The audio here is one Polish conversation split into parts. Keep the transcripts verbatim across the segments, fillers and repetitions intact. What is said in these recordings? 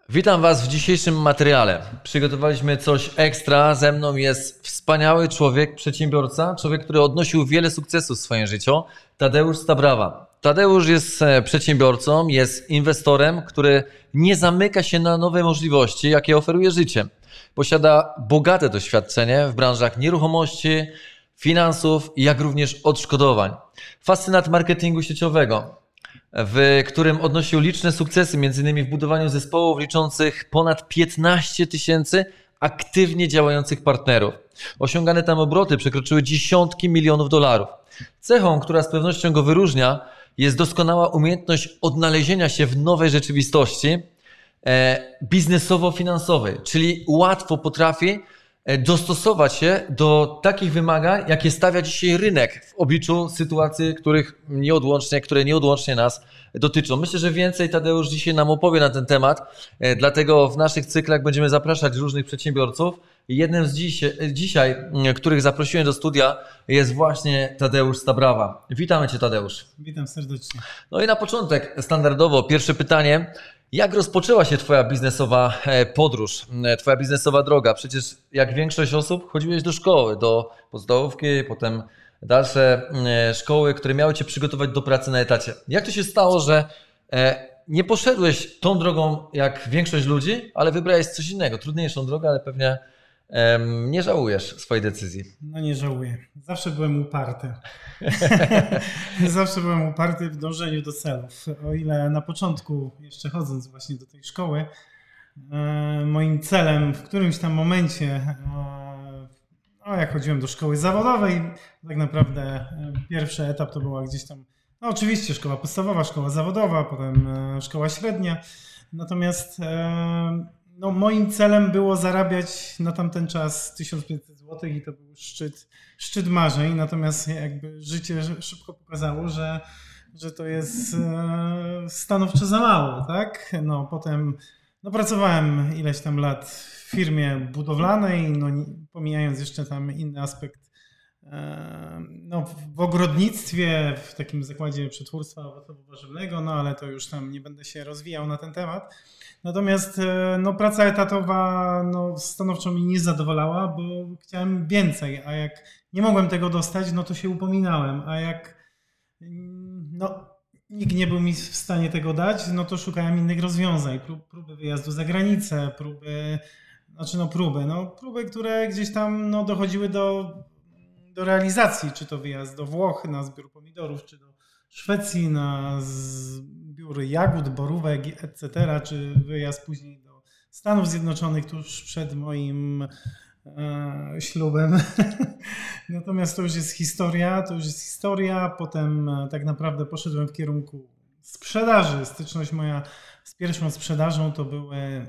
Witam Was w dzisiejszym materiale. Przygotowaliśmy coś ekstra. Ze mną jest wspaniały człowiek, przedsiębiorca, człowiek, który odnosił wiele sukcesów w swoim życiu, Tadeusz Stabrawa. Tadeusz jest przedsiębiorcą, jest inwestorem, który nie zamyka się na nowe możliwości, jakie oferuje życie. Posiada bogate doświadczenie w branżach nieruchomości, finansów, jak również odszkodowań. Fascynat marketingu sieciowego, w którym odnosił liczne sukcesy, między innymi w budowaniu zespołów liczących ponad piętnaście tysięcy aktywnie działających partnerów. Osiągane tam obroty przekroczyły dziesiątki milionów dolarów. Cechą, która z pewnością go wyróżnia, jest doskonała umiejętność odnalezienia się w nowej rzeczywistości e, biznesowo-finansowej, czyli łatwo potrafi dostosować się do takich wymagań, jakie stawia dzisiaj rynek w obliczu sytuacji, których nieodłącznie, które nieodłącznie nas dotyczą. Myślę, że więcej Tadeusz dzisiaj nam opowie na ten temat, dlatego w naszych cyklach będziemy zapraszać różnych przedsiębiorców. Jednym z dziś, dzisiaj, których zaprosiłem do studia, jest właśnie Tadeusz Stabrawa. Witamy Cię, Tadeusz. Witam serdecznie. No i na początek standardowo pierwsze pytanie. Jak rozpoczęła się Twoja biznesowa podróż, Twoja biznesowa droga? Przecież jak większość osób chodziłeś do szkoły, do podstawówki, potem dalsze szkoły, które miały Cię przygotować do pracy na etacie. Jak to się stało, że nie poszedłeś tą drogą jak większość ludzi, ale wybrałeś coś innego, trudniejszą drogę, ale pewnie nie żałujesz swojej decyzji? No nie żałuję. Zawsze byłem uparty. Zawsze byłem uparty w dążeniu do celów. O ile na początku, jeszcze chodząc właśnie do tej szkoły, moim celem w którymś tam momencie, no jak chodziłem do szkoły zawodowej, tak naprawdę pierwszy etap to była gdzieś tam, no oczywiście szkoła podstawowa, szkoła zawodowa, potem szkoła średnia. Natomiast no, moim celem było zarabiać na tamten czas tysiąc pięćset złotych i to był szczyt, szczyt marzeń. Natomiast jakby życie szybko pokazało, że, że to jest e, stanowczo za mało, tak? No, potem no, pracowałem ileś tam lat w firmie budowlanej, no, pomijając jeszcze tam inny aspekt e, no, w ogrodnictwie, w takim zakładzie przetwórstwa owocowo-warzywnego, no ale to już tam nie będę się rozwijał na ten temat. Natomiast no, praca etatowa no, stanowczo mi nie zadowalała, bo chciałem więcej, a jak nie mogłem tego dostać, no to się upominałem, a jak no, nikt nie był mi w stanie tego dać, no to szukałem innych rozwiązań, prób, próby wyjazdu za granicę, próby, znaczy no próby, no próby, które gdzieś tam no, dochodziły do, do realizacji, czy to wyjazd do Włoch na zbiór pomidorów, czy do Szwecji na zbiór jagód, borówek, et cetera, czy wyjazd później do Stanów Zjednoczonych tuż przed moim e, ślubem. Natomiast to już jest historia, to już jest historia. Potem e, tak naprawdę poszedłem w kierunku sprzedaży. Styczność moja z pierwszą sprzedażą to były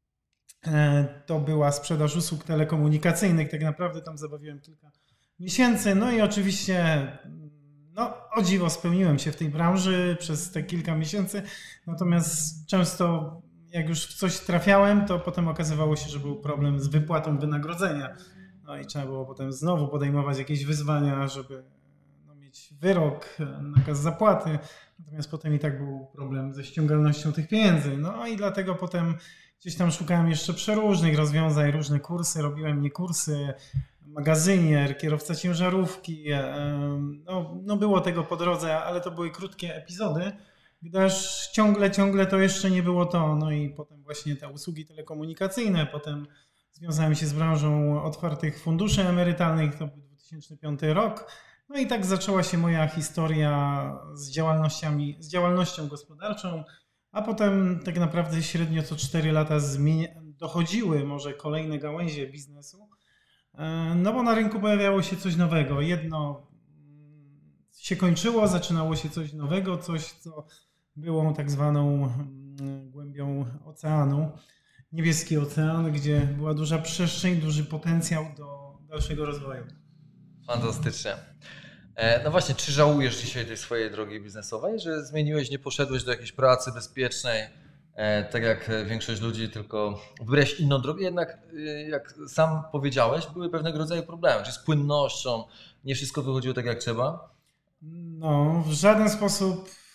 e, to była sprzedaż usług telekomunikacyjnych. Tak naprawdę tam zabawiłem kilka miesięcy. No i oczywiście no, o dziwo spełniłem się w tej branży przez te kilka miesięcy, natomiast często jak już w coś trafiałem, to potem okazywało się, że był problem z wypłatą wynagrodzenia. No i trzeba było potem znowu podejmować jakieś wyzwania, żeby no, mieć wyrok, nakaz zapłaty, natomiast potem i tak był problem ze ściągalnością tych pieniędzy. No i dlatego potem gdzieś tam szukałem jeszcze przeróżnych rozwiązań, różne kursy, robiłem nie kursy, magazynier, kierowca ciężarówki, no, no było tego po drodze, ale to były krótkie epizody, gdyż ciągle, ciągle to jeszcze nie było to. No i potem właśnie te usługi telekomunikacyjne, potem związałem się z branżą otwartych funduszy emerytalnych, to był dwa tysiące piąty rok. No i tak zaczęła się moja historia z działalnościami, z działalnością gospodarczą, a potem tak naprawdę średnio co cztery lata zmieni- dochodziły może kolejne gałęzie biznesu. No bo na rynku pojawiało się coś nowego. Jedno się kończyło, zaczynało się coś nowego, coś co było tak zwaną głębią oceanu. Niebieski ocean, gdzie była duża przestrzeń, duży potencjał do dalszego rozwoju. Fantastycznie. No właśnie, czy żałujesz dzisiaj tej swojej drogi biznesowej, że zmieniłeś, nie poszedłeś do jakiejś pracy bezpiecznej, tak jak większość ludzi, tylko wybrałeś inną drogę, jednak jak sam powiedziałeś, były pewnego rodzaju problemy, czy z płynnością, nie wszystko wychodziło tak jak trzeba? No, w żaden sposób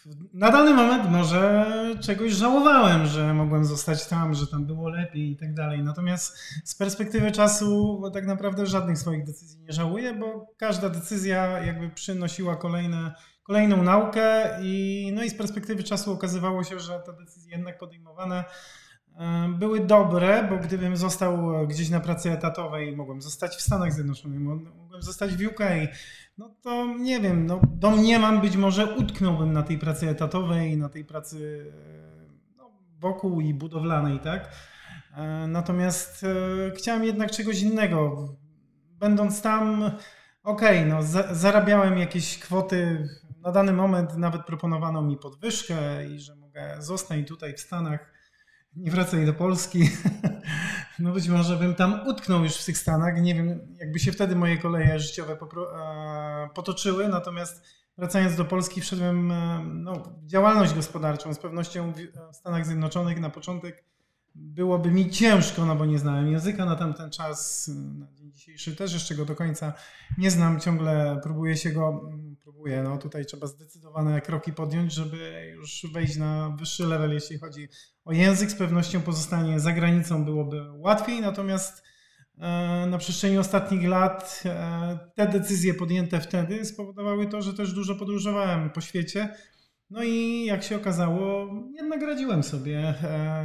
na dany moment może czegoś żałowałem, że mogłem zostać tam, że tam było lepiej i tak dalej. Natomiast z perspektywy czasu tak naprawdę żadnych swoich decyzji nie żałuję, bo każda decyzja jakby przynosiła kolejne, kolejną naukę i, no i z perspektywy czasu okazywało się, że te decyzje jednak podejmowane były dobre, bo gdybym został gdzieś na pracy etatowej, mogłem zostać w Stanach Zjednoczonych, mogłem zostać w U K, no to nie wiem, no domniemam, być może utknąłbym na tej pracy etatowej, na tej pracy no, wokół i budowlanej, tak? Natomiast e, chciałem jednak czegoś innego. Będąc tam, okej, okay, no za, zarabiałem jakieś kwoty, na dany moment nawet proponowano mi podwyżkę i że mogę zostać tutaj w Stanach, nie wracaj do Polski. No być może bym tam utknął już w tych Stanach. Nie wiem, jakby się wtedy moje koleje życiowe potoczyły. Natomiast wracając do Polski wszedłem no, w działalność gospodarczą. Z pewnością w Stanach Zjednoczonych na początek byłoby mi ciężko, no bo nie znałem języka na tamten czas. Na dzień dzisiejszy też jeszcze go do końca nie znam. Ciągle próbuję się go, próbuję, no tutaj trzeba zdecydowane kroki podjąć, żeby już wejść na wyższy level, jeśli chodzi o język. Z pewnością pozostanie za granicą byłoby łatwiej, natomiast na przestrzeni ostatnich lat te decyzje podjęte wtedy spowodowały to, że też dużo podróżowałem po świecie. No i jak się okazało, jednak radziłem sobie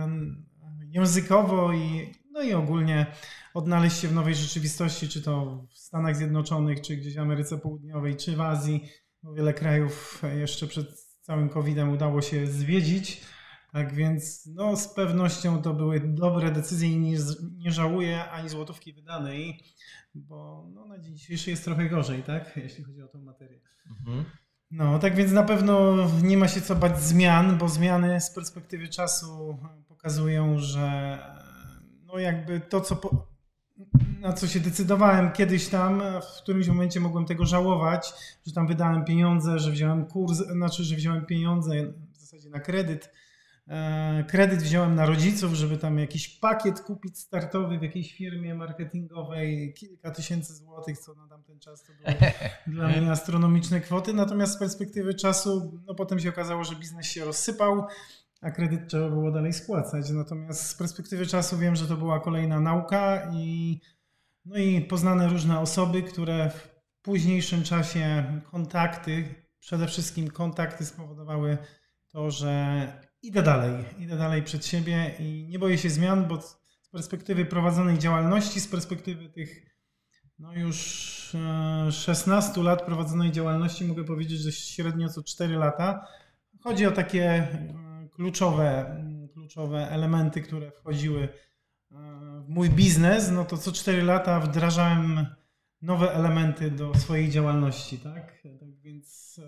językowo i, no i ogólnie odnaleźć się w nowej rzeczywistości, czy to w Stanach Zjednoczonych, czy gdzieś w Ameryce Południowej, czy w Azji. Bo wiele krajów jeszcze przed całym kowidem udało się zwiedzić. Tak więc no, z pewnością to były dobre decyzje i nie, nie żałuję ani złotówki wydanej, bo no, na dzień dzisiejszy jest trochę gorzej, tak? Jeśli chodzi o tą materię. Mhm. No, tak więc na pewno nie ma się co bać zmian, bo zmiany z perspektywy czasu pokazują, że no jakby to, co po, na co się decydowałem kiedyś tam, w którymś momencie mogłem tego żałować, że tam wydałem pieniądze, że wziąłem kurs, znaczy, że wziąłem pieniądze w zasadzie na kredyt. Kredyt wziąłem na rodziców, żeby tam jakiś pakiet kupić startowy w jakiejś firmie marketingowej, kilka tysięcy złotych, co na tamten czas to były dla mnie astronomiczne kwoty. Natomiast z perspektywy czasu, no potem się okazało, że biznes się rozsypał, a kredyt trzeba było dalej spłacać. Natomiast z perspektywy czasu wiem, że to była kolejna nauka i, no i poznane różne osoby, które w późniejszym czasie kontakty, przede wszystkim kontakty spowodowały to, że idę dalej, idę dalej przed siebie i nie boję się zmian, bo z perspektywy prowadzonej działalności, z perspektywy tych no już szesnastu lat prowadzonej działalności mogę powiedzieć, że średnio co cztery lata. Chodzi o takie kluczowe, kluczowe elementy, które wchodziły w mój biznes, no to co cztery lata wdrażałem nowe elementy do swojej działalności, tak? Tak więc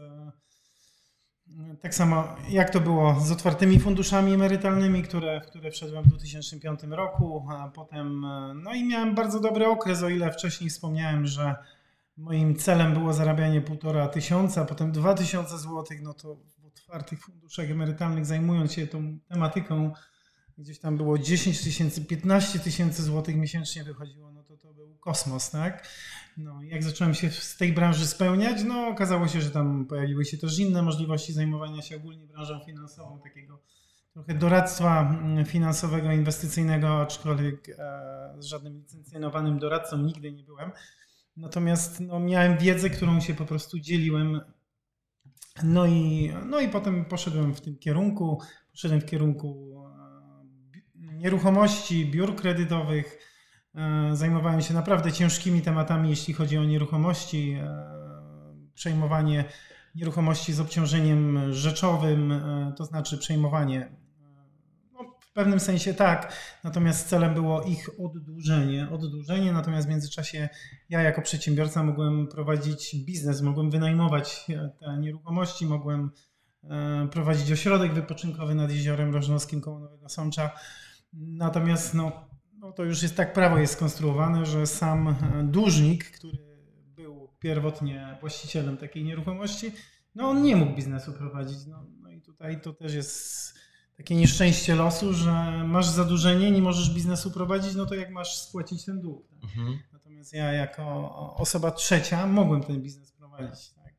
tak samo jak to było z otwartymi funduszami emerytalnymi, które, w które wszedłem w dwa tysiące piątym roku, a potem no i miałem bardzo dobry okres, o ile wcześniej wspomniałem, że moim celem było zarabianie półtora tysiąca, potem dwa tysiące złotych, no to w otwartych funduszach emerytalnych zajmując się tą tematyką, gdzieś tam było dziesięć tysięcy, piętnaście tysięcy złotych miesięcznie wychodziło, no to to był kosmos, tak? No jak zacząłem się z tej branży spełniać, no okazało się, że tam pojawiły się też inne możliwości zajmowania się ogólnie branżą finansową, takiego trochę doradztwa finansowego, inwestycyjnego, aczkolwiek z żadnym licencjonowanym doradcą nigdy nie byłem. Natomiast no, miałem wiedzę, którą się po prostu dzieliłem. No i, no i potem poszedłem w tym kierunku, poszedłem w kierunku nieruchomości, biur kredytowych. Zajmowałem się naprawdę ciężkimi tematami, jeśli chodzi o nieruchomości, przejmowanie nieruchomości z obciążeniem rzeczowym, to znaczy przejmowanie, no w pewnym sensie tak, natomiast celem było ich oddłużenie, oddłużenie, natomiast w międzyczasie ja jako przedsiębiorca mogłem prowadzić biznes, mogłem wynajmować te nieruchomości, mogłem prowadzić ośrodek wypoczynkowy nad Jeziorem Rożnowskim koło Nowego Sącza, natomiast no, no to już jest tak prawo jest skonstruowane, że sam dłużnik, który był pierwotnie właścicielem takiej nieruchomości, no on nie mógł biznesu prowadzić. No, no i tutaj to też jest takie nieszczęście losu, że masz zadłużenie, nie możesz biznesu prowadzić, no to jak masz spłacić ten dług. Tak? Mhm. Natomiast ja jako osoba trzecia mogłem ten biznes prowadzić. Tak?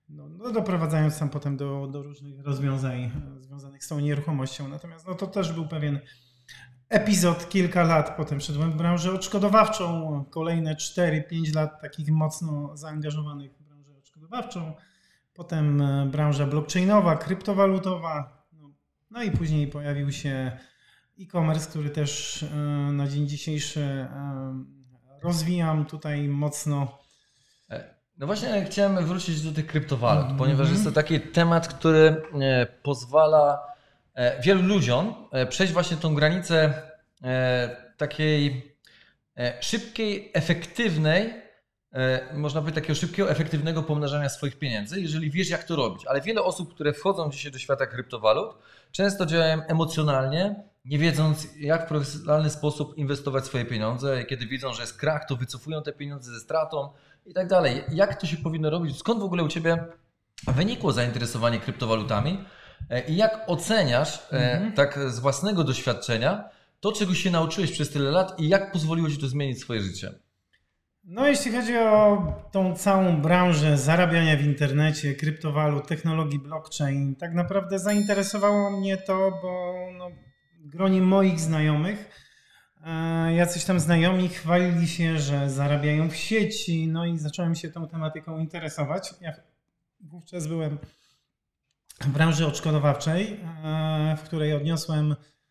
no, no doprowadzając tam potem do, do różnych rozwiązań związanych z tą nieruchomością. Natomiast no, to też był pewien epizod, kilka lat potem szedłem w branżę odszkodowawczą, kolejne cztery pięć lat takich mocno zaangażowanych w branżę odszkodowawczą, potem branża blockchainowa, kryptowalutowa, no, no i później pojawił się e-commerce, który też na dzień dzisiejszy rozwijam tutaj mocno. No właśnie chciałem wrócić do tych kryptowalut, mm-hmm. ponieważ jest to taki temat, który pozwala wielu ludziom przejść właśnie tą granicę takiej szybkiej, efektywnej, można powiedzieć takiego szybkiego, efektywnego pomnażania swoich pieniędzy, jeżeli wiesz jak to robić. Ale wiele osób, które wchodzą dzisiaj do świata kryptowalut, często działają emocjonalnie, nie wiedząc jak w profesjonalny sposób inwestować swoje pieniądze. Kiedy widzą, że jest krach, to wycofują te pieniądze ze stratą i tak dalej. Jak to się powinno robić? Skąd w ogóle u Ciebie wynikło zainteresowanie kryptowalutami? I jak oceniasz mhm. tak z własnego doświadczenia to, czego się nauczyłeś przez tyle lat i jak pozwoliło Ci to zmienić swoje życie? No jeśli chodzi o tą całą branżę zarabiania w internecie, kryptowalut, technologii blockchain, tak naprawdę zainteresowało mnie to, bo no, gronie moich znajomych, e, jacyś tam znajomi chwalili się, że zarabiają w sieci, no i zacząłem się tą tematyką interesować. Ja wówczas byłem w branży odszkodowawczej, e, w której odniosłem,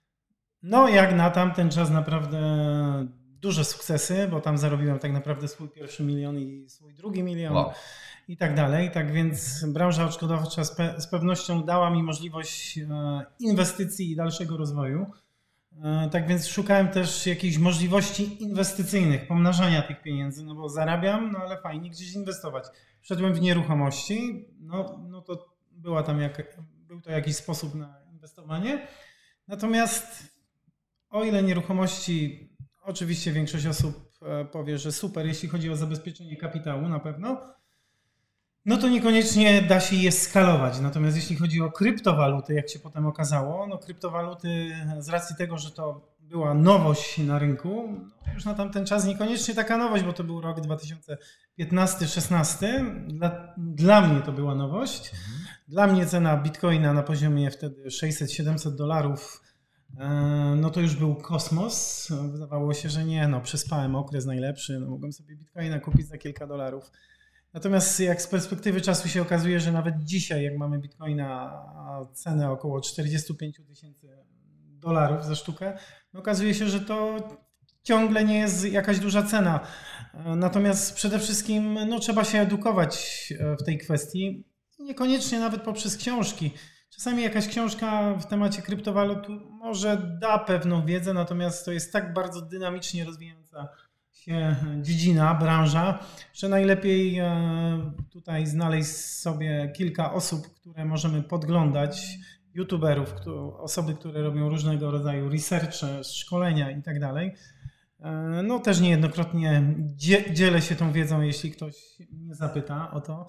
no jak na tamten czas naprawdę duże sukcesy, bo tam zarobiłem tak naprawdę swój pierwszy milion i swój drugi milion wow. i tak dalej. Tak więc branża odszkodowawcza z, pe- z pewnością dała mi możliwość e, inwestycji i dalszego rozwoju. E, tak więc szukałem też jakichś możliwości inwestycyjnych, pomnażania tych pieniędzy, no bo zarabiam, no ale fajnie gdzieś inwestować. Wszedłem w nieruchomości, no, no to była tam jak, był to jakiś sposób na inwestowanie. Natomiast o ile nieruchomości, oczywiście większość osób powie, że super, jeśli chodzi o zabezpieczenie kapitału na pewno, no to niekoniecznie da się je skalować. Natomiast jeśli chodzi o kryptowaluty, jak się potem okazało, no kryptowaluty z racji tego, że to była nowość na rynku, no już na tamten czas niekoniecznie taka nowość, bo to był rok dwa tysiące piętnasty szesnasty. Dla, dla mnie to była nowość. Dla mnie cena bitcoina na poziomie wtedy sześćset siedemset dolarów, no to już był kosmos. Wydawało się, że nie, no przespałem okres najlepszy, no mogłem sobie bitcoina kupić za kilka dolarów. Natomiast jak z perspektywy czasu się okazuje, że nawet dzisiaj, jak mamy bitcoina cenę około czterdzieści pięć tysięcy dolarów za sztukę, no okazuje się, że to ciągle nie jest jakaś duża cena. Natomiast przede wszystkim no, trzeba się edukować w tej kwestii, niekoniecznie nawet poprzez książki. Czasami jakaś książka w temacie kryptowalut może da pewną wiedzę, natomiast to jest tak bardzo dynamicznie rozwijająca się dziedzina, branża, że najlepiej tutaj znaleźć sobie kilka osób, które możemy podglądać, youtuberów, osoby, które robią różnego rodzaju researche, szkolenia i tak dalej. No też niejednokrotnie dzielę się tą wiedzą, jeśli ktoś mnie zapyta o to.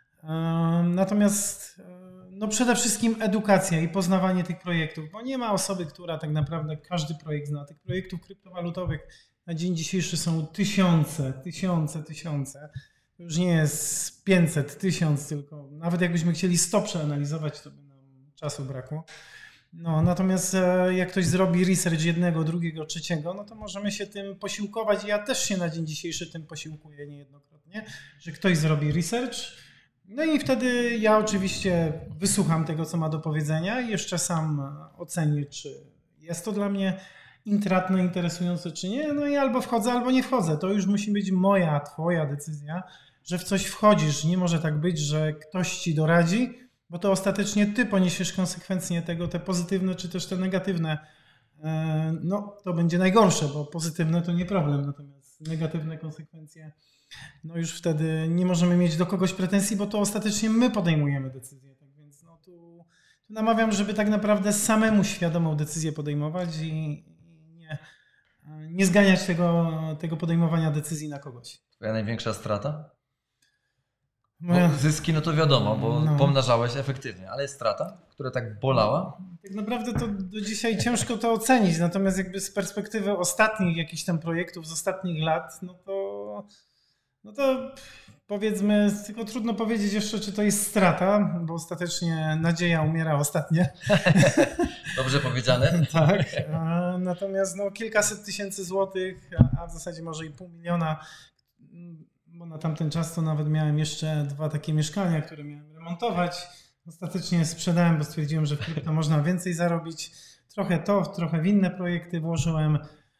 Natomiast no przede wszystkim edukacja i poznawanie tych projektów, bo nie ma osoby, która tak naprawdę każdy projekt zna. Tych projektów kryptowalutowych na dzień dzisiejszy są tysiące, tysiące, tysiące. To już nie jest pięćset, tysiąc, tylko nawet jakbyśmy chcieli sto przeanalizować, to by nam czasu brakło. No, natomiast jak ktoś zrobi research jednego, drugiego, trzeciego, no to możemy się tym posiłkować. Ja też się na dzień dzisiejszy tym posiłkuję niejednokrotnie, że ktoś zrobi research. No i wtedy ja oczywiście wysłucham tego, co ma do powiedzenia i jeszcze sam ocenię, czy jest to dla mnie intratne, interesujące, czy nie. No i albo wchodzę, albo nie wchodzę. To już musi być moja, twoja decyzja, że w coś wchodzisz. Nie może tak być, że ktoś ci doradzi, bo to ostatecznie ty poniesiesz konsekwencje tego, te pozytywne, czy też te negatywne. No to będzie najgorsze, bo pozytywne to nie problem, natomiast negatywne konsekwencje, no już wtedy nie możemy mieć do kogoś pretensji, bo to ostatecznie my podejmujemy decyzję. Tak więc no tu, tu namawiam, żeby tak naprawdę samemu świadomą decyzję podejmować i, i nie, nie zganiać tego, tego podejmowania decyzji na kogoś. Twoja największa strata? Bo zyski, no to wiadomo, bo no. pomnażałeś efektywnie, ale jest strata, która tak bolała? Tak naprawdę to do dzisiaj ciężko to ocenić, natomiast jakby z perspektywy ostatnich jakichś tam projektów z ostatnich lat, no to No to powiedzmy, tylko trudno powiedzieć jeszcze, czy to jest strata, bo ostatecznie nadzieja umiera ostatnia. Dobrze powiedziane. Tak. A, natomiast no, kilkaset tysięcy złotych, a w zasadzie może i pół miliona, bo na tamten czas to nawet miałem jeszcze dwa takie mieszkania, które miałem remontować. Ostatecznie sprzedałem, bo stwierdziłem, że w krypto można więcej zarobić. Trochę to, trochę w inne projekty włożyłem.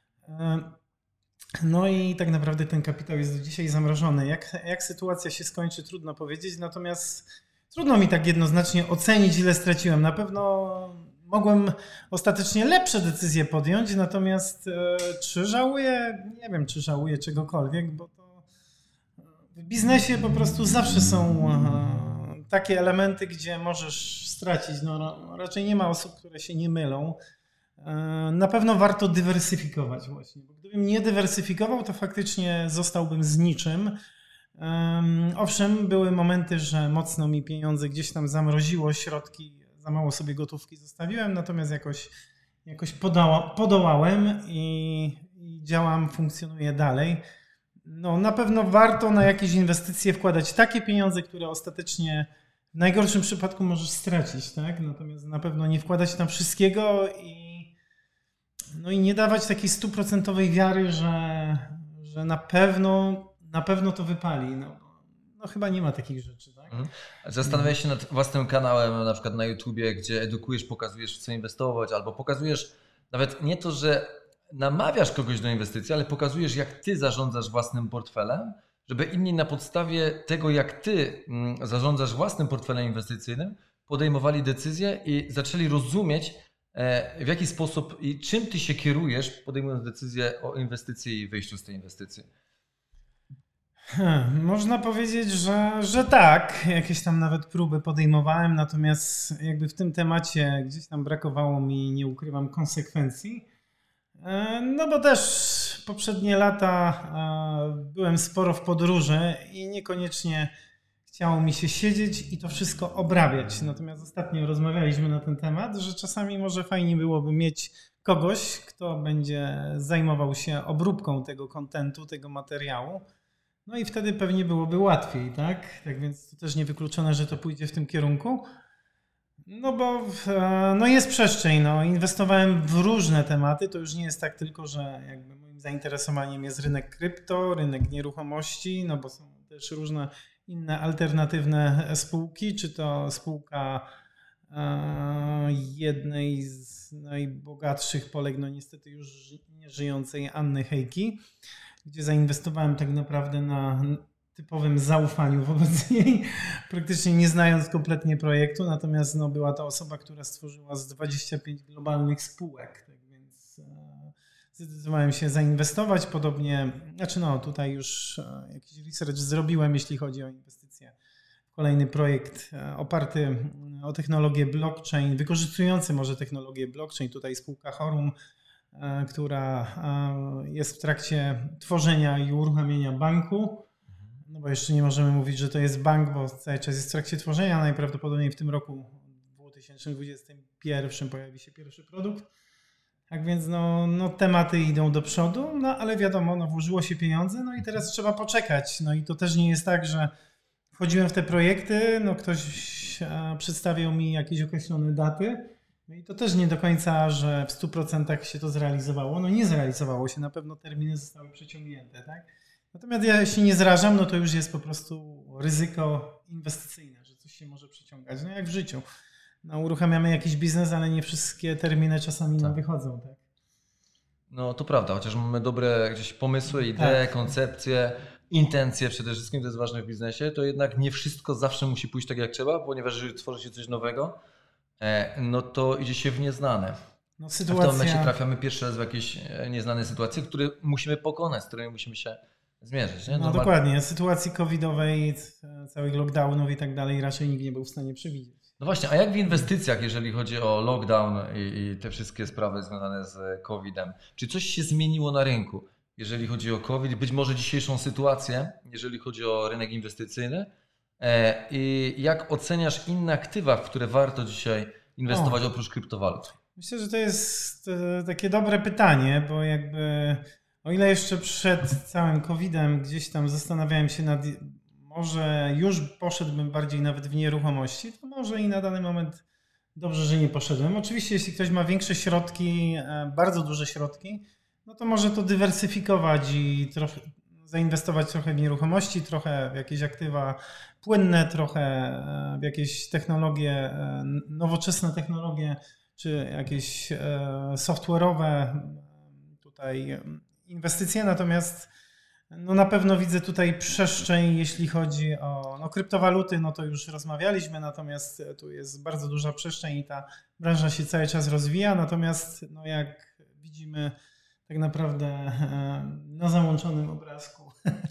No i tak naprawdę ten kapitał jest do dzisiaj zamrożony. Jak, jak sytuacja się skończy, trudno powiedzieć, natomiast trudno mi tak jednoznacznie ocenić, ile straciłem. Na pewno mogłem ostatecznie lepsze decyzje podjąć, natomiast e, czy żałuję? Nie wiem, czy żałuję czegokolwiek, bo to w biznesie po prostu zawsze są e, takie elementy, gdzie możesz stracić. No, no, raczej nie ma osób, które się nie mylą. Na pewno warto dywersyfikować właśnie, bo gdybym nie dywersyfikował, to faktycznie zostałbym z niczym. Owszem, były momenty, że mocno mi pieniądze gdzieś tam zamroziło, środki, za mało sobie gotówki zostawiłem, natomiast jakoś, jakoś podoła, podołałem i, i działam, funkcjonuję dalej. No, na pewno warto na jakieś inwestycje wkładać takie pieniądze, które ostatecznie w najgorszym przypadku możesz stracić, tak? Natomiast na pewno nie wkładać tam wszystkiego i no i nie dawać takiej stuprocentowej wiary, że, że na pewno na pewno to wypali. No, no chyba nie ma takich rzeczy, tak? Zastanawiałeś się nad własnym kanałem, na przykład na YouTubie, gdzie edukujesz, pokazujesz, w co inwestować, albo pokazujesz nawet nie to, że namawiasz kogoś do inwestycji, ale pokazujesz, jak ty zarządzasz własnym portfelem, żeby inni na podstawie tego, jak ty zarządzasz własnym portfelem inwestycyjnym, podejmowali decyzje i zaczęli rozumieć, w jaki sposób i czym ty się kierujesz, podejmując decyzję o inwestycji i wyjściu z tej inwestycji. Hmm, można powiedzieć, że, że tak. Jakieś tam nawet próby podejmowałem, natomiast jakby w tym temacie gdzieś tam brakowało mi, nie ukrywam, konsekwencji. No bo też poprzednie lata byłem sporo w podróży i niekoniecznie chciało mi się siedzieć i to wszystko obrabiać. Natomiast ostatnio rozmawialiśmy na ten temat, że czasami może fajnie byłoby mieć kogoś, kto będzie zajmował się obróbką tego kontentu, tego materiału. No i wtedy pewnie byłoby łatwiej, tak? Tak więc to też niewykluczone, że to pójdzie w tym kierunku. No bo no jest przestrzeń. No. Inwestowałem w różne tematy. To już nie jest tak tylko, że jakby moim zainteresowaniem jest rynek krypto, rynek nieruchomości, no bo są też różne inne alternatywne spółki, czy to spółka jednej z najbogatszych Polek, no niestety już nie żyjącej Anny Hejki, gdzie zainwestowałem tak naprawdę na typowym zaufaniu wobec niej, praktycznie nie znając kompletnie projektu, natomiast no, była to osoba, która stworzyła z dwudziestu pięciu globalnych spółek, tak więc e, zdecydowałem się zainwestować, podobnie, znaczy no tutaj już e, jakiś research zrobiłem, jeśli chodzi o inwestycje w kolejny projekt e, oparty o technologię blockchain, wykorzystujący może technologię blockchain, tutaj spółka Horum, e, która e, jest w trakcie tworzenia i uruchamiania banku. No bo jeszcze nie możemy mówić, że to jest bank, bo cały czas jest w trakcie tworzenia. Najprawdopodobniej w tym roku dwa tysiące dwudziestym pierwszym pojawi się pierwszy produkt. Tak więc no, no tematy idą do przodu, no ale wiadomo, no włożyło się pieniądze, no i teraz trzeba poczekać. No i to też nie jest tak, że wchodziłem w te projekty, no ktoś a, przedstawiał mi jakieś określone daty. No i to też nie do końca, że w stu procentach się to zrealizowało. No nie zrealizowało się, na pewno terminy zostały przeciągnięte, tak? Natomiast ja jeśli nie zrażam, no to już jest po prostu ryzyko inwestycyjne, że coś się może przeciągać. No jak w życiu. No, uruchamiamy jakiś biznes, ale nie wszystkie terminy czasami nam wychodzą. Tak? No to prawda, chociaż mamy dobre gdzieś pomysły, idee, tak. koncepcje, intencje przede wszystkim, to jest ważne w biznesie, to jednak nie wszystko zawsze musi pójść tak jak trzeba, ponieważ jeżeli tworzy się coś nowego, no to idzie się w nieznane. No, sytuacja... W tym momencie trafiamy pierwszy raz w jakieś nieznane sytuacje, które musimy pokonać, z którymi musimy się zmierzyć. Nie? No dokładnie, sytuacji covidowej, całych lockdownów i tak dalej raczej nikt nie był w stanie przewidzieć. No właśnie, a jak w inwestycjach, jeżeli chodzi o lockdown i, i te wszystkie sprawy związane z kowidem, czy coś się zmieniło na rynku, jeżeli chodzi o COVID, być może dzisiejszą sytuację, jeżeli chodzi o rynek inwestycyjny e, i jak oceniasz inne aktywa, w które warto dzisiaj inwestować o. oprócz kryptowalut? Myślę, że to jest takie dobre pytanie, bo jakby O ile jeszcze przed całym kowidem gdzieś tam zastanawiałem się nad, może już poszedłbym bardziej nawet w nieruchomości, to może i na dany moment dobrze, że nie poszedłem. Oczywiście jeśli ktoś ma większe środki, bardzo duże środki, no to może to dywersyfikować i trochę zainwestować trochę w nieruchomości, trochę w jakieś aktywa płynne, trochę w jakieś technologie, nowoczesne technologie, czy jakieś software'owe tutaj inwestycje. Natomiast no na pewno widzę tutaj przestrzeń, jeśli chodzi o no kryptowaluty, no to już rozmawialiśmy, natomiast tu jest bardzo duża przestrzeń i ta branża się cały czas rozwija. Natomiast no jak widzimy tak naprawdę na załączonym obrazku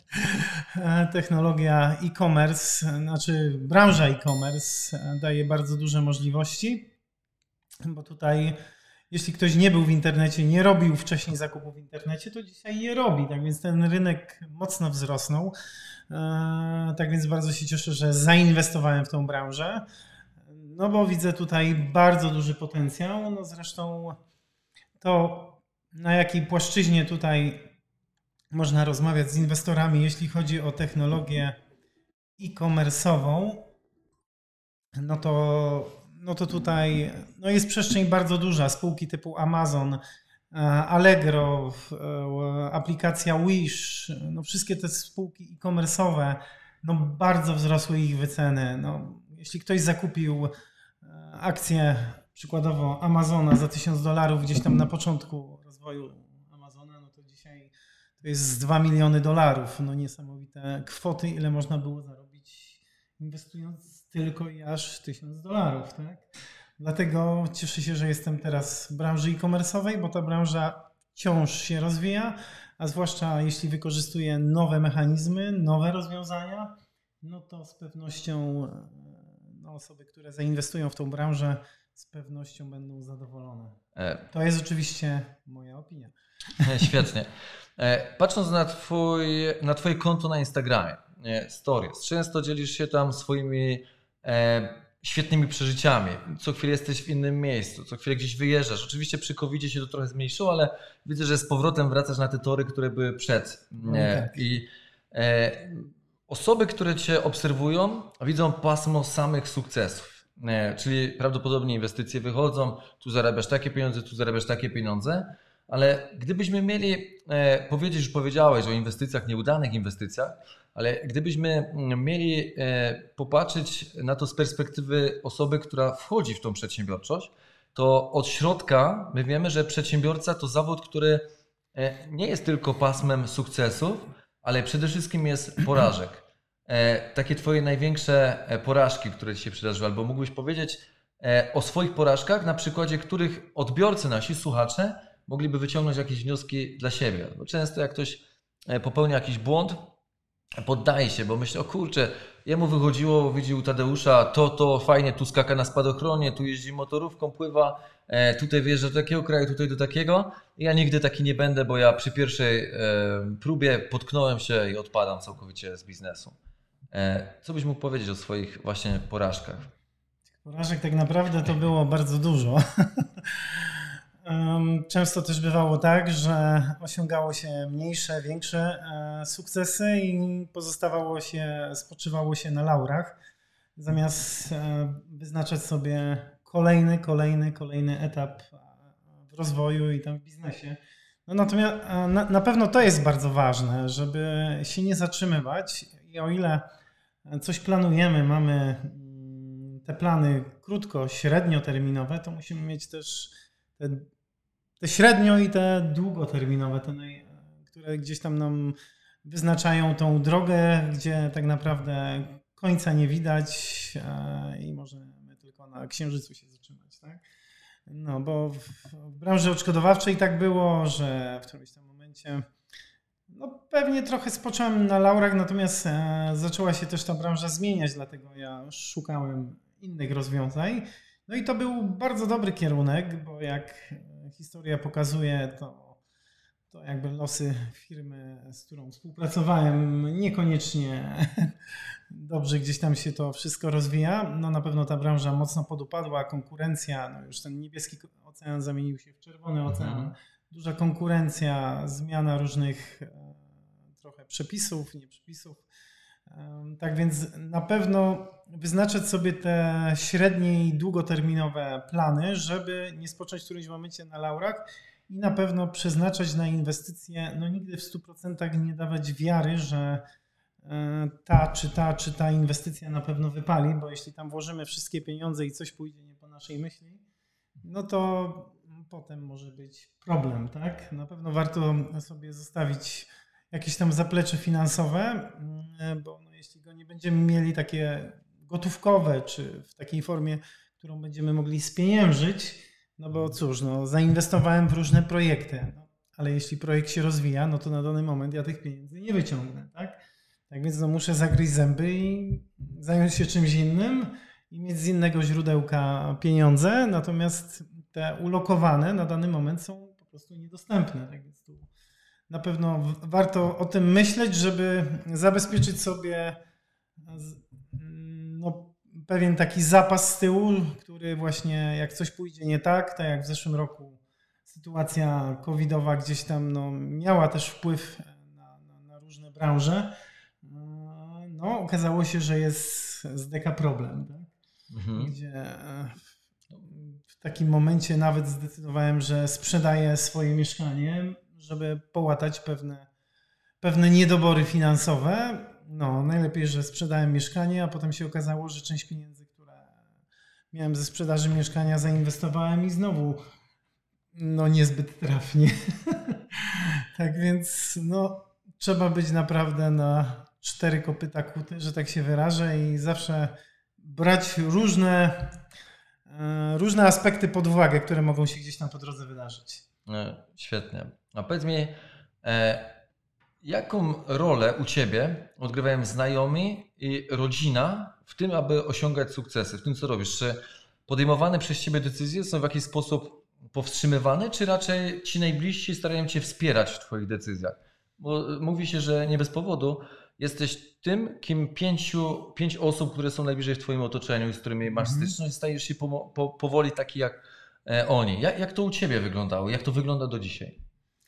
technologia e-commerce, znaczy branża e-commerce daje bardzo duże możliwości, bo tutaj jeśli ktoś nie był w internecie, nie robił wcześniej zakupów w internecie, to dzisiaj je robi. Tak więc ten rynek mocno wzrosnął. Tak więc bardzo się cieszę, że zainwestowałem w tą branżę, no bo widzę tutaj bardzo duży potencjał. No zresztą to, na jakiej płaszczyźnie tutaj można rozmawiać z inwestorami, jeśli chodzi o technologię e-commerce'ową, no to no to tutaj no jest przestrzeń bardzo duża. Spółki typu Amazon, Allegro, aplikacja Wish, no wszystkie te spółki e-commerce'owe, no bardzo wzrosły ich wyceny. No, jeśli ktoś zakupił akcję przykładowo Amazona za tysiąc dolarów gdzieś tam na początku rozwoju Amazona, no to dzisiaj to jest dwa miliony dolarów. No niesamowite kwoty, ile można było zarobić inwestując tylko i aż tysiąc dolarów, tak? Dlatego cieszę się, że jestem teraz w branży e-commerce'owej, bo ta branża wciąż się rozwija, a zwłaszcza jeśli wykorzystuje nowe mechanizmy, nowe rozwiązania, no to z pewnością no, osoby, które zainwestują w tą branżę, z pewnością będą zadowolone. To jest oczywiście moja opinia. Świetnie. Patrząc na, twój, na twoje konto na Instagramie, Stories, często dzielisz się tam swoimi e, świetnymi przeżyciami. Co chwilę jesteś w innym miejscu, co chwilę gdzieś wyjeżdżasz. Oczywiście przy kowidzie się to trochę zmniejszyło, ale widzę, że z powrotem wracasz na te tory, które były przed. E, okay. I e, osoby, które cię obserwują, widzą pasmo samych sukcesów. E, czyli prawdopodobnie inwestycje wychodzą, tu zarabiasz takie pieniądze, tu zarabiasz takie pieniądze. Ale gdybyśmy mieli e, powiedzieć, już powiedziałeś o inwestycjach, nieudanych inwestycjach, ale gdybyśmy mieli e, popatrzeć na to z perspektywy osoby, która wchodzi w tą przedsiębiorczość, to od środka my wiemy, że przedsiębiorca to zawód, który e, nie jest tylko pasmem sukcesów, ale przede wszystkim jest porażek. E, takie twoje największe porażki, które ci się przydarzyły, albo mógłbyś powiedzieć e, o swoich porażkach, na przykładzie których odbiorcy, nasi słuchacze, mogliby wyciągnąć jakieś wnioski dla siebie. Bo często jak ktoś popełnia jakiś błąd, poddaje się, bo myśli, o kurczę, jemu wychodziło, widzi u Tadeusza, to, to fajnie, tu skaka na spadochronie, tu jeździ motorówką, pływa, e, tutaj wjeżdża do takiego kraju, tutaj do takiego. I ja nigdy taki nie będę, bo ja przy pierwszej e, próbie potknąłem się i odpadam całkowicie z biznesu. E, co byś mógł powiedzieć o swoich właśnie porażkach? Porażek tak naprawdę to było bardzo dużo. Często też bywało tak, że osiągało się mniejsze, większe sukcesy i pozostawało się, spoczywało się na laurach, zamiast wyznaczać sobie kolejny, kolejny, kolejny etap w rozwoju i tam w biznesie. No natomiast na, na pewno to jest bardzo ważne, żeby się nie zatrzymywać i o ile coś planujemy, mamy te plany krótko, średnioterminowe, to musimy mieć też te Te średnio i te długoterminowe, te naj, które gdzieś tam nam wyznaczają tą drogę, gdzie tak naprawdę końca nie widać i możemy tylko na księżycu się zatrzymać. Tak? No bo w, w branży odszkodowawczej tak było, że w którymś tam momencie no pewnie trochę spocząłem na laurach, natomiast zaczęła się też ta branża zmieniać, dlatego ja szukałem innych rozwiązań. No i to był bardzo dobry kierunek, bo jak historia pokazuje, to, to jakby losy firmy, z którą współpracowałem, niekoniecznie dobrze gdzieś tam się to wszystko rozwija. No na pewno ta branża mocno podupadła, konkurencja, no już ten niebieski ocean zamienił się w czerwony ocean. duża konkurencja, zmiana różnych trochę przepisów, nie przepisów. Tak więc na pewno wyznaczać sobie te średnie i długoterminowe plany, żeby nie spocząć w którymś momencie na laurach i na pewno przeznaczać na inwestycje, no nigdy w stu procentach nie dawać wiary, że ta czy ta czy ta inwestycja na pewno wypali, bo jeśli tam włożymy wszystkie pieniądze i coś pójdzie nie po naszej myśli, no to potem może być problem, tak? Na pewno warto sobie zostawić jakieś tam zaplecze finansowe, bo no jeśli go nie będziemy mieli takie gotówkowe, czy w takiej formie, którą będziemy mogli spieniężyć, no bo cóż, no zainwestowałem w różne projekty, no, ale jeśli projekt się rozwija, no to na dany moment ja tych pieniędzy nie wyciągnę, tak? Tak więc no muszę zagryźć zęby i zająć się czymś innym i mieć z innego źródełka pieniądze, natomiast te ulokowane na dany moment są po prostu niedostępne, tak więc tu na pewno warto o tym myśleć, żeby zabezpieczyć sobie no, pewien taki zapas z tyłu, który właśnie jak coś pójdzie nie tak, tak jak w zeszłym roku sytuacja covidowa gdzieś tam no, miała też wpływ na, na, na różne branże, no okazało się, że jest z deka problem, tak? Mhm. Gdzie w takim momencie nawet zdecydowałem, że sprzedaję swoje mieszkanie, żeby połatać pewne, pewne niedobory finansowe. No, najlepiej, że sprzedałem mieszkanie, a potem się okazało, że część pieniędzy, które miałem ze sprzedaży mieszkania, zainwestowałem i znowu no niezbyt trafnie. Tak więc no, trzeba być naprawdę na cztery kopyta kuty, że tak się wyrażę i zawsze brać różne, różne aspekty pod uwagę, które mogą się gdzieś tam po drodze wydarzyć. No, świetnie. A powiedz mi, e, jaką rolę u Ciebie odgrywają znajomi i rodzina w tym, aby osiągać sukcesy, w tym, co robisz? Czy podejmowane przez Ciebie decyzje są w jakiś sposób powstrzymywane, czy raczej Ci najbliżsi starają Cię wspierać w Twoich decyzjach? Bo mówi się, że nie bez powodu jesteś tym, kim pięciu, pięć osób, które są najbliżej w Twoim otoczeniu i z którymi masz mm. styczność, stajesz się po, po, powoli taki jak oni. Jak, jak to u Ciebie wyglądało? Jak to wygląda do dzisiaj?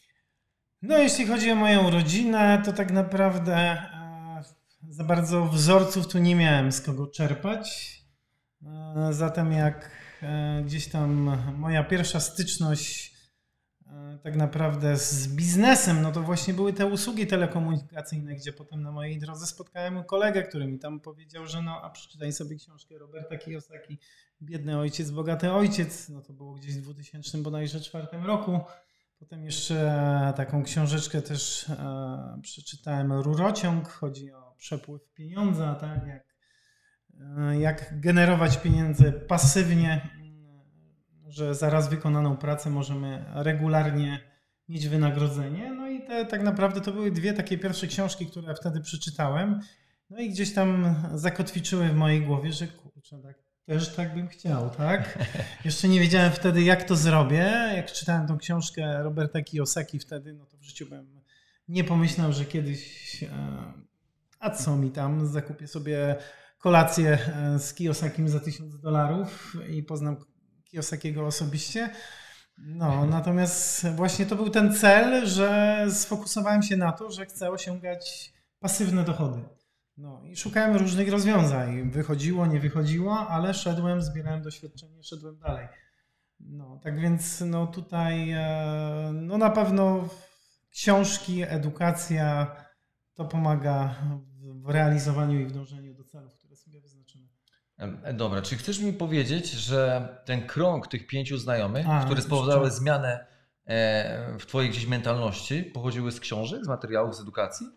No jeśli chodzi o moją rodzinę, to tak naprawdę e, za bardzo wzorców tu nie miałem z kogo czerpać. E, zatem jak e, gdzieś tam moja pierwsza styczność e, tak naprawdę z biznesem, no to właśnie były te usługi telekomunikacyjne, gdzie potem na mojej drodze spotkałem kolegę, który mi tam powiedział, że no a przeczytaj sobie książkę Roberta Kiyosaki, Biedny ojciec, bogaty ojciec. No to było gdzieś w dwutysięcznym bodajże czwartym roku. Potem jeszcze taką książeczkę też e, przeczytałem, Rurociąg, chodzi o przepływ pieniądza, tak, jak, e, jak generować pieniądze pasywnie, że za raz wykonaną pracę możemy regularnie mieć wynagrodzenie. No i te tak naprawdę to były dwie takie pierwsze książki, które wtedy przeczytałem. No i gdzieś tam zakotwiczyły w mojej głowie, że kurczę, tak, też tak bym chciał, tak? Jeszcze nie wiedziałem wtedy, jak to zrobię. Jak czytałem tą książkę Roberta Kiyosaki wtedy, no to w życiu bym nie pomyślał, że kiedyś, a co mi tam, zakupię sobie kolację z Kiyosakim za tysiąc dolarów i poznam Kiyosakiego osobiście. No, natomiast właśnie to był ten cel, że sfokusowałem się na to, że chcę osiągać pasywne dochody. No i szukałem różnych rozwiązań. Wychodziło, nie wychodziło, ale szedłem, zbierałem doświadczenie, szedłem dalej. No, tak więc no tutaj no na pewno książki, edukacja to pomaga w realizowaniu i w dążeniu do celów, które sobie wyznaczymy. Dobra, czy chcesz mi powiedzieć, że ten krąg tych pięciu znajomych, A, które spowodowały zmianę w Twojej gdzieś mentalności, pochodziły z książek, z materiałów, z edukacji?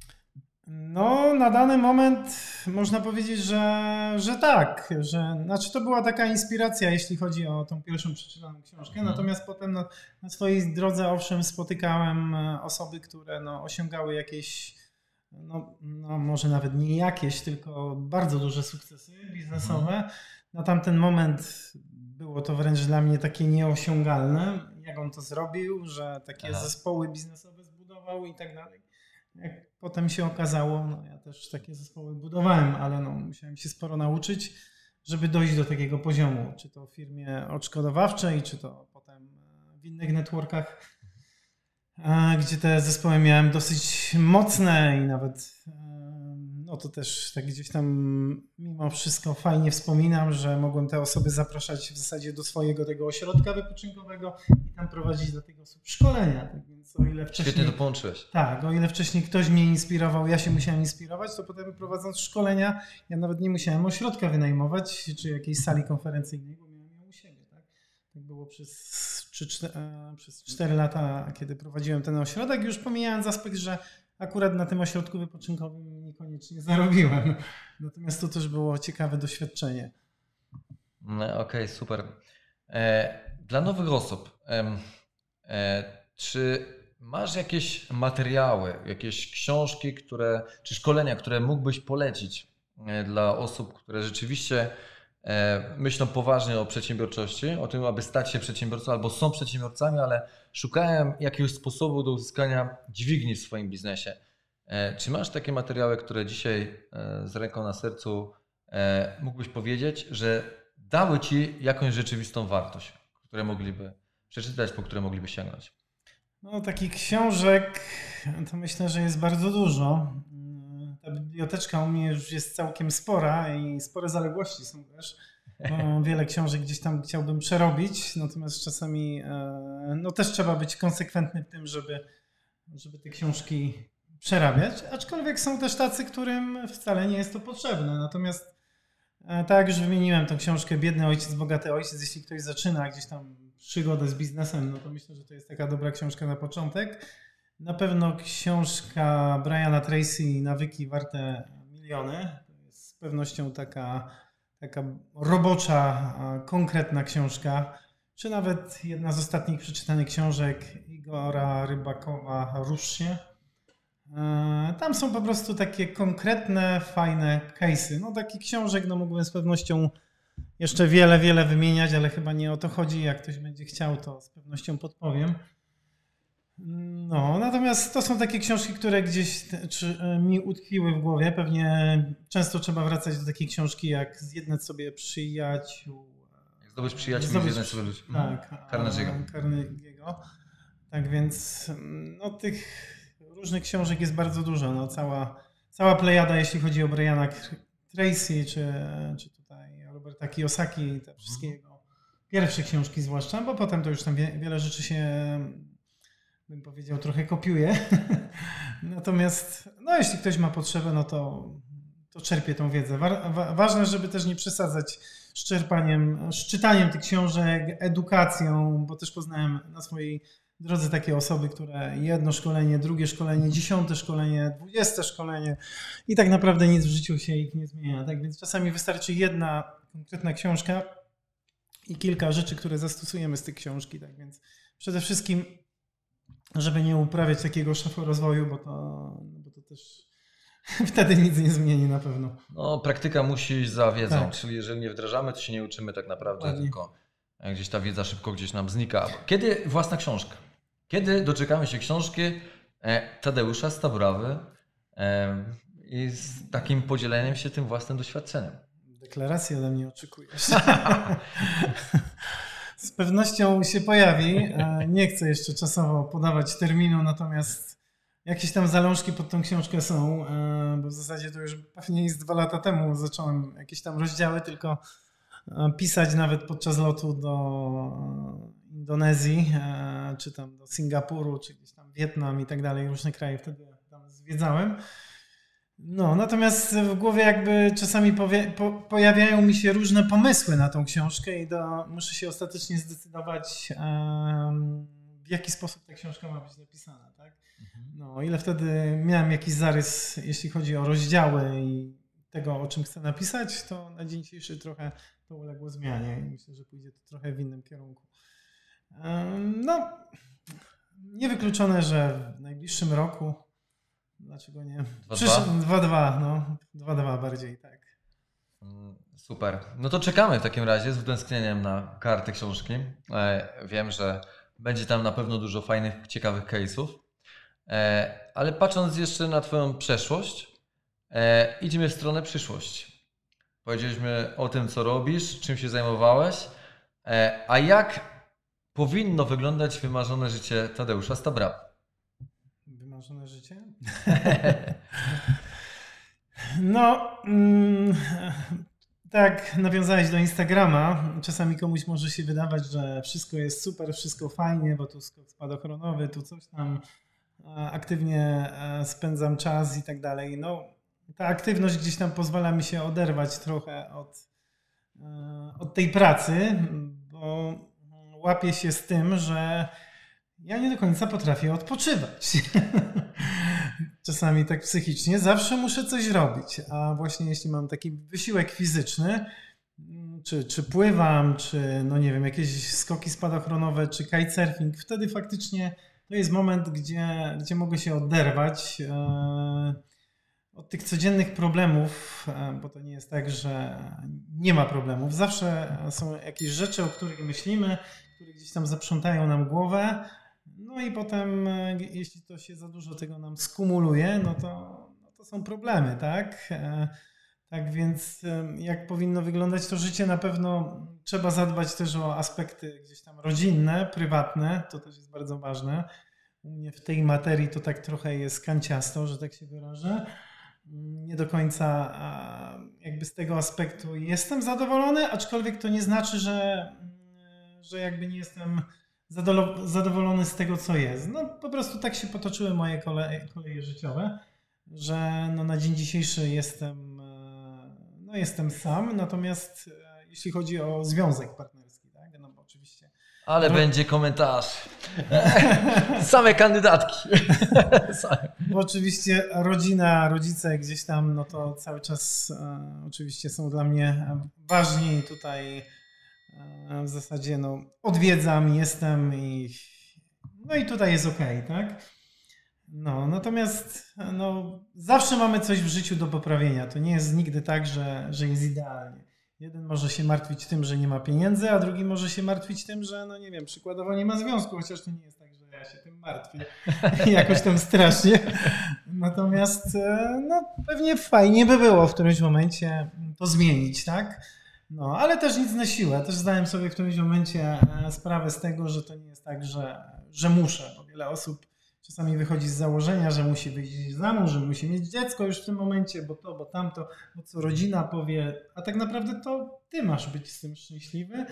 No, na dany moment można powiedzieć, że, że tak. Że, znaczy to była taka inspiracja, jeśli chodzi o tą pierwszą przeczytaną książkę. Mhm. Natomiast potem na, na swojej drodze, owszem, spotykałem osoby, które no, osiągały jakieś, no, no może nawet nie jakieś, tylko bardzo duże sukcesy biznesowe. Mhm. Na tamten moment było to wręcz dla mnie takie nieosiągalne, jak on to zrobił, że takie Aha. zespoły biznesowe zbudował i tak dalej. Jak potem się okazało, no ja też takie zespoły budowałem, ale no musiałem się sporo nauczyć, żeby dojść do takiego poziomu, czy to w firmie odszkodowawczej, czy to potem w innych networkach. gdzie te zespoły miałem dosyć mocne i nawet no to też tak gdzieś tam mimo wszystko fajnie wspominam, że mogłem te osoby zapraszać w zasadzie do swojego tego ośrodka wypoczynkowego i tam prowadzić dla tych osób szkolenia. Tak więc o ile wcześniej, Świetnie to połączyłeś. Tak, o ile wcześniej ktoś mnie inspirował, ja się musiałem inspirować, to potem prowadząc szkolenia ja nawet nie musiałem ośrodka wynajmować czy jakiejś sali konferencyjnej, bo miałem ją u siebie. Tak, tak było przez, czy, cztery, przez cztery lata, kiedy prowadziłem ten ośrodek, już pomijając aspekt, że akurat na tym ośrodku wypoczynkowym niekoniecznie zarobiłem. Natomiast to też było ciekawe doświadczenie. No, Okej, okay, super. E, dla nowych osób, e, e, czy masz jakieś materiały, jakieś książki, które, czy szkolenia, które mógłbyś polecić e, dla osób, które rzeczywiście e, myślą poważnie o przedsiębiorczości, o tym, aby stać się przedsiębiorcą, albo są przedsiębiorcami, ale szukają jakiegoś sposobu do uzyskania dźwigni w swoim biznesie. E, czy masz takie materiały, które dzisiaj e, z ręką na sercu e, mógłbyś powiedzieć, że dały Ci jakąś rzeczywistą wartość, które mogliby przeczytać, po które mogliby sięgnąć? No takich książek to myślę, że jest bardzo dużo. Ta biblioteczka u mnie już jest całkiem spora i spore zaległości są też. Wiele książek gdzieś tam chciałbym przerobić, natomiast czasami no też trzeba być konsekwentny w tym, żeby, żeby te książki przerabiać, aczkolwiek są też tacy, którym wcale nie jest to potrzebne. Natomiast tak jak już wymieniłem tą książkę Biedny ojciec, bogaty ojciec, jeśli ktoś zaczyna gdzieś tam przygodę z biznesem, no to myślę, że to jest taka dobra książka na początek. Na pewno książka Briana Tracy Nawyki warte miliony. To jest z pewnością taka, taka robocza, konkretna książka. Czy nawet jedna z ostatnich przeczytanych książek Igora Rybakowa Rusz się. Tam są po prostu takie konkretne, fajne case'y. No takich książek no mógłbym z pewnością jeszcze wiele, wiele wymieniać, ale chyba nie o to chodzi. Jak ktoś będzie chciał, to z pewnością podpowiem. No, natomiast to są takie książki, które gdzieś czy, mi utkwiły w głowie. Pewnie często trzeba wracać do takiej książki jak Zjednać sobie przyjaciół. Zdobyć przyjaciół i zjednać sobie ludzi. Tak, Carnegie'ego. Carnegie'ego. Tak więc no tych różnych książek jest bardzo dużo. No, cała, cała plejada, jeśli chodzi o Briana Tracy, czy, czy tutaj Roberta Kiyosaki, te wszystkie jego pierwsze książki zwłaszcza, bo potem to już tam wie, wiele rzeczy się, bym powiedział, trochę kopiuje. Natomiast no, jeśli ktoś ma potrzebę, no to, to czerpie tą wiedzę. Wa, wa, ważne, żeby też nie przesadzać z czerpaniem, z czytaniem tych książek, edukacją, bo też poznałem na swojej drodze takie osoby, które jedno szkolenie, drugie szkolenie, dziesiąte szkolenie, dwudzieste szkolenie i tak naprawdę nic w życiu się ich nie zmienia. Tak więc czasami wystarczy jedna konkretna książka i kilka rzeczy, które zastosujemy z tej książki. Tak więc przede wszystkim, żeby nie uprawiać takiego szaforozwoju, bo to, bo to też wtedy nic nie zmieni na pewno. No, praktyka musi iść za wiedzą, Tak. czyli jeżeli nie wdrażamy, to się nie uczymy tak naprawdę, Dokładnie. tylko gdzieś ta wiedza szybko gdzieś nam znika. Kiedy własna książka? Kiedy doczekamy się książki e, Tadeusza Stabrawy e, i z takim podzieleniem się tym własnym doświadczeniem? Deklarację ode mnie oczekujesz. Z pewnością się pojawi. Nie chcę jeszcze czasowo podawać terminu, natomiast jakieś tam zalążki pod tą książkę są, bo w zasadzie to już pewnie z dwa lata temu zacząłem jakieś tam rozdziały tylko pisać nawet podczas lotu do Indonezji, czy tam do Singapuru, czy gdzieś tam Wietnam i tak dalej, różne kraje wtedy tam zwiedzałem. No, natomiast w głowie jakby czasami powie, po, pojawiają mi się różne pomysły na tą książkę i do, muszę się ostatecznie zdecydować, um, w jaki sposób ta książka ma być napisana. Tak? No, o ile wtedy miałem jakiś zarys, jeśli chodzi o rozdziały i tego, o czym chcę napisać, to na dzień dzisiejszy trochę to uległo zmianie i myślę, że pójdzie to trochę w innym kierunku. Um, no, niewykluczone, że w najbliższym roku. Dlaczego nie? dwa dwa, no. dwa dwa bardziej, tak. Super. No to czekamy w takim razie z utęsknieniem na kartę książki. Wiem, że będzie tam na pewno dużo fajnych, ciekawych case'ów. Ale patrząc jeszcze na Twoją przeszłość, idźmy w stronę przyszłości. Powiedzieliśmy o tym, co robisz, czym się zajmowałeś, a jak powinno wyglądać wymarzone życie Tadeusza Stabrawy? wymarzone życie? No, mm, tak, nawiązałeś do Instagrama. Czasami komuś może się wydawać, że wszystko jest super, wszystko fajnie, bo tu skok spadochronowy, tu coś tam, aktywnie spędzam czas i tak dalej. No, ta aktywność gdzieś tam pozwala mi się oderwać trochę od, od tej pracy, bo łapię się z tym, że ja nie do końca potrafię odpoczywać. Czasami tak psychicznie. Zawsze muszę coś robić. A właśnie jeśli mam taki wysiłek fizyczny, czy, czy pływam, czy no nie wiem, jakieś skoki spadochronowe, czy kitesurfing, wtedy faktycznie to jest moment, gdzie, gdzie mogę się oderwać e, od tych codziennych problemów, e, bo to nie jest tak, że nie ma problemów. Zawsze są jakieś rzeczy, o których myślimy, które gdzieś tam zaprzątają nam głowę. No i potem, jeśli to się za dużo tego nam skumuluje, no to, no to są problemy, tak? E, tak więc jak powinno wyglądać to życie? Na pewno trzeba zadbać też o aspekty gdzieś tam rodzinne, prywatne, to też jest bardzo ważne. U mnie w tej materii to tak trochę jest kanciasto, że tak się wyrażę. Nie do końca jakby z tego aspektu jestem zadowolony, aczkolwiek to nie znaczy, że, że jakby nie jestem zadowolony z tego, co jest. No po prostu tak się potoczyły moje koleje, koleje życiowe, że no, na dzień dzisiejszy jestem, no, jestem sam, natomiast jeśli chodzi o związek partnerski, tak? No bo oczywiście... Ale no, będzie komentarz. Same kandydatki. Bo oczywiście rodzina, rodzice gdzieś tam, no to cały czas e, oczywiście są dla mnie ważni i tutaj e, w zasadzie no, odwiedzam, jestem i no i tutaj jest okej, tak? No, natomiast no, zawsze mamy coś w życiu do poprawienia. To nie jest nigdy tak, że, że jest idealnie. Jeden może się martwić tym, że nie ma pieniędzy, a drugi może się martwić tym, że no nie wiem, przykładowo nie ma związku, chociaż to nie jest tak, że ja się tym martwię jakoś tam strasznie. Natomiast no pewnie fajnie by było w którymś momencie to zmienić, tak? No, ale też nic na siłę. Też zdałem sobie w którymś momencie sprawę z tego, że to nie jest tak, że, że muszę, bo wiele osób czasami wychodzi z założenia, że musi wyjść za mąż, że musi mieć dziecko już w tym momencie, bo to, bo tamto, bo co rodzina powie, a tak naprawdę to ty masz być z tym szczęśliwy.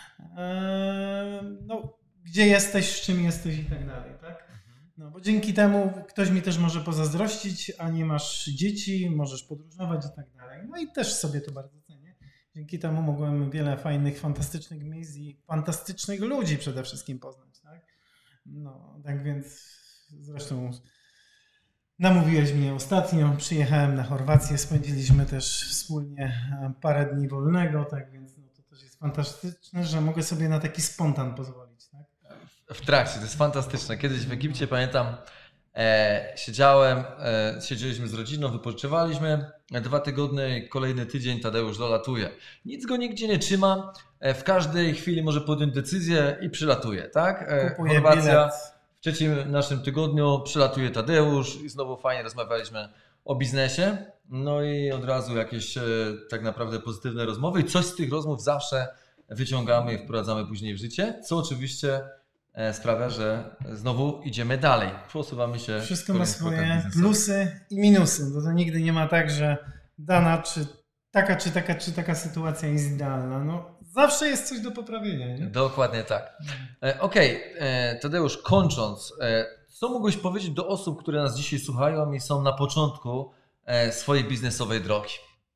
Eee, no, gdzie jesteś, z czym jesteś i tak dalej, tak? No, bo dzięki temu ktoś mi też może pozazdrościć, a nie masz dzieci, możesz podróżować i tak dalej. No i też sobie to bardzo cenię. Dzięki temu mogłem wiele fajnych, fantastycznych miejsc i fantastycznych ludzi przede wszystkim poznać, tak? No, tak więc zresztą namówiłeś mnie ostatnio, przyjechałem na Chorwację, spędziliśmy też wspólnie parę dni wolnego, tak więc no, to też jest fantastyczne, że mogę sobie na taki spontan pozwolić, tak? W trakcie, to jest fantastyczne. Kiedyś w Egipcie, pamiętam, e, siedziałem, e, siedzieliśmy z rodziną, wypoczywaliśmy, dwa tygodnie i kolejny tydzień Tadeusz dolatuje. Nic go nigdzie nie trzyma, e, w każdej chwili może podjąć decyzję i przylatuje, tak? E, Kupuję Chorwacja. bilet. W trzecim naszym tygodniu przylatuje Tadeusz i znowu fajnie rozmawialiśmy o biznesie. No i od razu jakieś e, tak naprawdę pozytywne rozmowy i coś z tych rozmów zawsze wyciągamy i wprowadzamy później w życie, co oczywiście e, sprawia, że znowu idziemy dalej. Posuwamy się. Wszystko ma swoje plusy i minusy. Bo to nigdy nie ma tak, że dana czy taka, czy taka, czy taka sytuacja jest idealna. No, zawsze jest coś do poprawienia, nie? Dokładnie tak. E, Okej, okay. Tadeusz, kończąc, e, co mógłbyś powiedzieć do osób, które nas dzisiaj słuchają i są na początku e, swojej biznesowej drogi?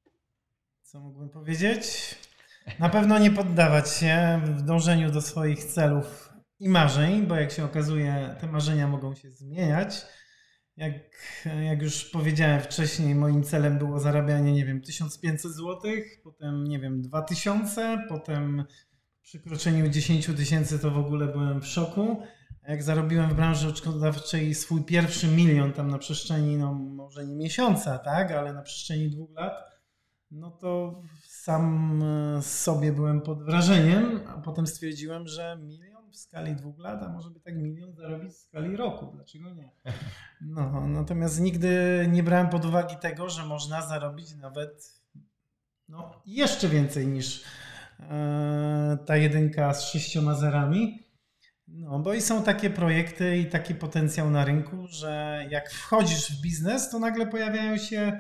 Co mógłbym powiedzieć? Na pewno nie poddawać się w dążeniu do swoich celów i marzeń, bo jak się okazuje, te marzenia mogą się zmieniać. Jak, jak już powiedziałem wcześniej, moim celem było zarabianie, nie wiem, tysiąc pięćset złotych, potem, nie wiem, dwa tysiące, potem przy przekroczeniu dziesięć tysięcy to w ogóle byłem w szoku. Jak zarobiłem w branży odszkodowawczej swój pierwszy milion tam na przestrzeni, no może nie miesiąca, tak, ale na przestrzeni dwóch lat, no to sam sobie byłem pod wrażeniem, a potem stwierdziłem, że milion w skali dwóch lat, a może by tak milion zarobić w skali roku, dlaczego nie? No, natomiast nigdy nie brałem pod uwagę tego, że można zarobić nawet no, jeszcze więcej niż e, ta jedynka z sześcioma zerami. No, bo i są takie projekty i taki potencjał na rynku, że jak wchodzisz w biznes, to nagle pojawiają się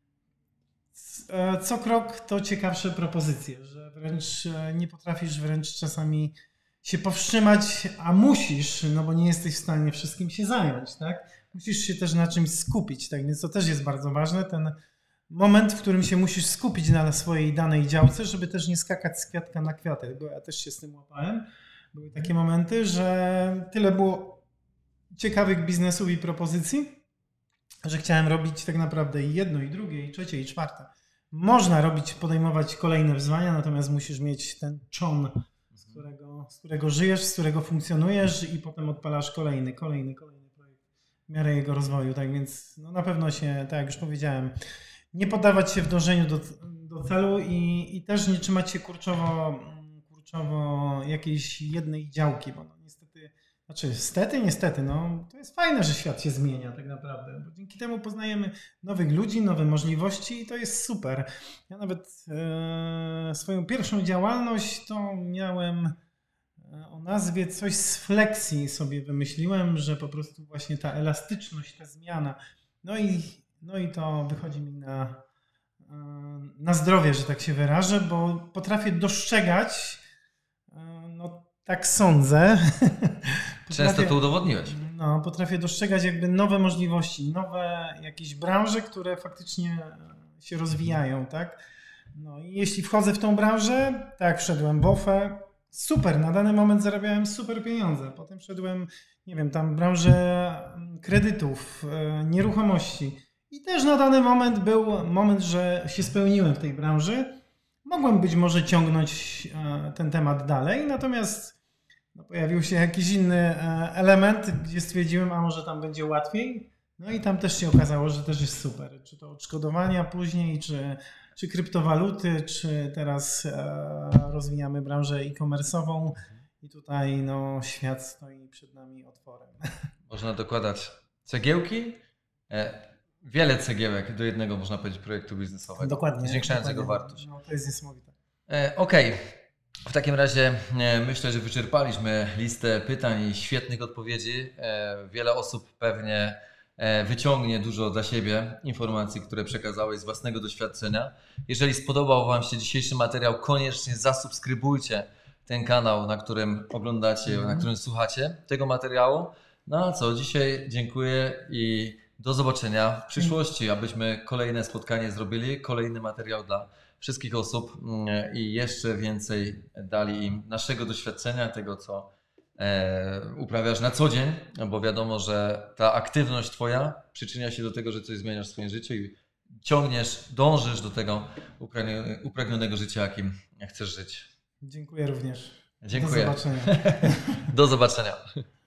co krok to ciekawsze propozycje, że wręcz nie potrafisz wręcz czasami się powstrzymać, a musisz, no bo nie jesteś w stanie wszystkim się zająć, tak? Musisz się też na czymś skupić, tak więc to też jest bardzo ważne, ten moment, w którym się musisz skupić na swojej danej działce, żeby też nie skakać z kwiatka na kwiatek, bo ja też się z tym łapałem. Były takie momenty, że tyle było ciekawych biznesów i propozycji, że chciałem robić tak naprawdę i jedno, i drugie, i trzecie, i czwarte. Można robić, podejmować kolejne wyzwania, natomiast musisz mieć ten czon, z którego, z którego żyjesz, z którego funkcjonujesz i potem odpalasz kolejny, kolejny, kolejny projekt w miarę jego rozwoju. Tak więc no na pewno się, tak jak już powiedziałem, nie poddawać się w dążeniu do, do celu i, i też nie trzymać się kurczowo, kurczowo jakiejś jednej działki, bo no niestety, znaczy niestety, niestety, no to jest fajne, że świat się zmienia tak naprawdę, bo dzięki temu poznajemy nowych ludzi, nowe możliwości i to jest super. Ja nawet e, swoją pierwszą działalność to miałem o nazwie coś z flexi sobie wymyśliłem, że po prostu właśnie ta elastyczność, ta zmiana, no i, no i to wychodzi mi na, na zdrowie, że tak się wyrażę, bo potrafię dostrzegać, no tak sądzę. Często to udowodniłeś. No, potrafię dostrzegać jakby nowe możliwości, nowe jakieś branże, które faktycznie się rozwijają, tak? No i jeśli wchodzę w tą branżę, tak, wszedłem w O F E, super, na dany moment zarabiałem super pieniądze. Potem wszedłem, nie wiem, tam w branżę kredytów, nieruchomości i też na dany moment był moment, że się spełniłem w tej branży. Mogłem być może ciągnąć ten temat dalej, natomiast no, pojawił się jakiś inny element, gdzie stwierdziłem, a może tam będzie łatwiej. No i tam też się okazało, że też jest super. Czy to odszkodowania później, czy, czy kryptowaluty, czy teraz e, rozwijamy branżę e-commerce'ową i tutaj no, świat stoi przed nami otworem. Można dokładać cegiełki, e, wiele cegiełek do jednego, można powiedzieć, projektu biznesowego. Dokładnie. Zwiększając dokładnie. jego wartość. No, to jest niesamowite. E, Okej. Okay. W takim razie e, myślę, że wyczerpaliśmy listę pytań i świetnych odpowiedzi. E, wiele osób pewnie e, wyciągnie dużo dla siebie informacji, które przekazałeś z własnego doświadczenia. Jeżeli spodobał Wam się dzisiejszy materiał, koniecznie zasubskrybujcie ten kanał, na którym oglądacie, mm. na którym słuchacie tego materiału. No a co, dzisiaj dziękuję i do zobaczenia w przyszłości, abyśmy kolejne spotkanie zrobili, kolejny materiał dla wszystkich osób i jeszcze więcej dali im naszego doświadczenia, tego co e, uprawiasz na co dzień, bo wiadomo, że ta aktywność Twoja przyczynia się do tego, że coś zmieniasz w swoim życiu i ciągniesz, dążysz do tego upragnionego życia, jakim chcesz żyć. Dziękuję również. Dziękuję. Do zobaczenia. Do zobaczenia.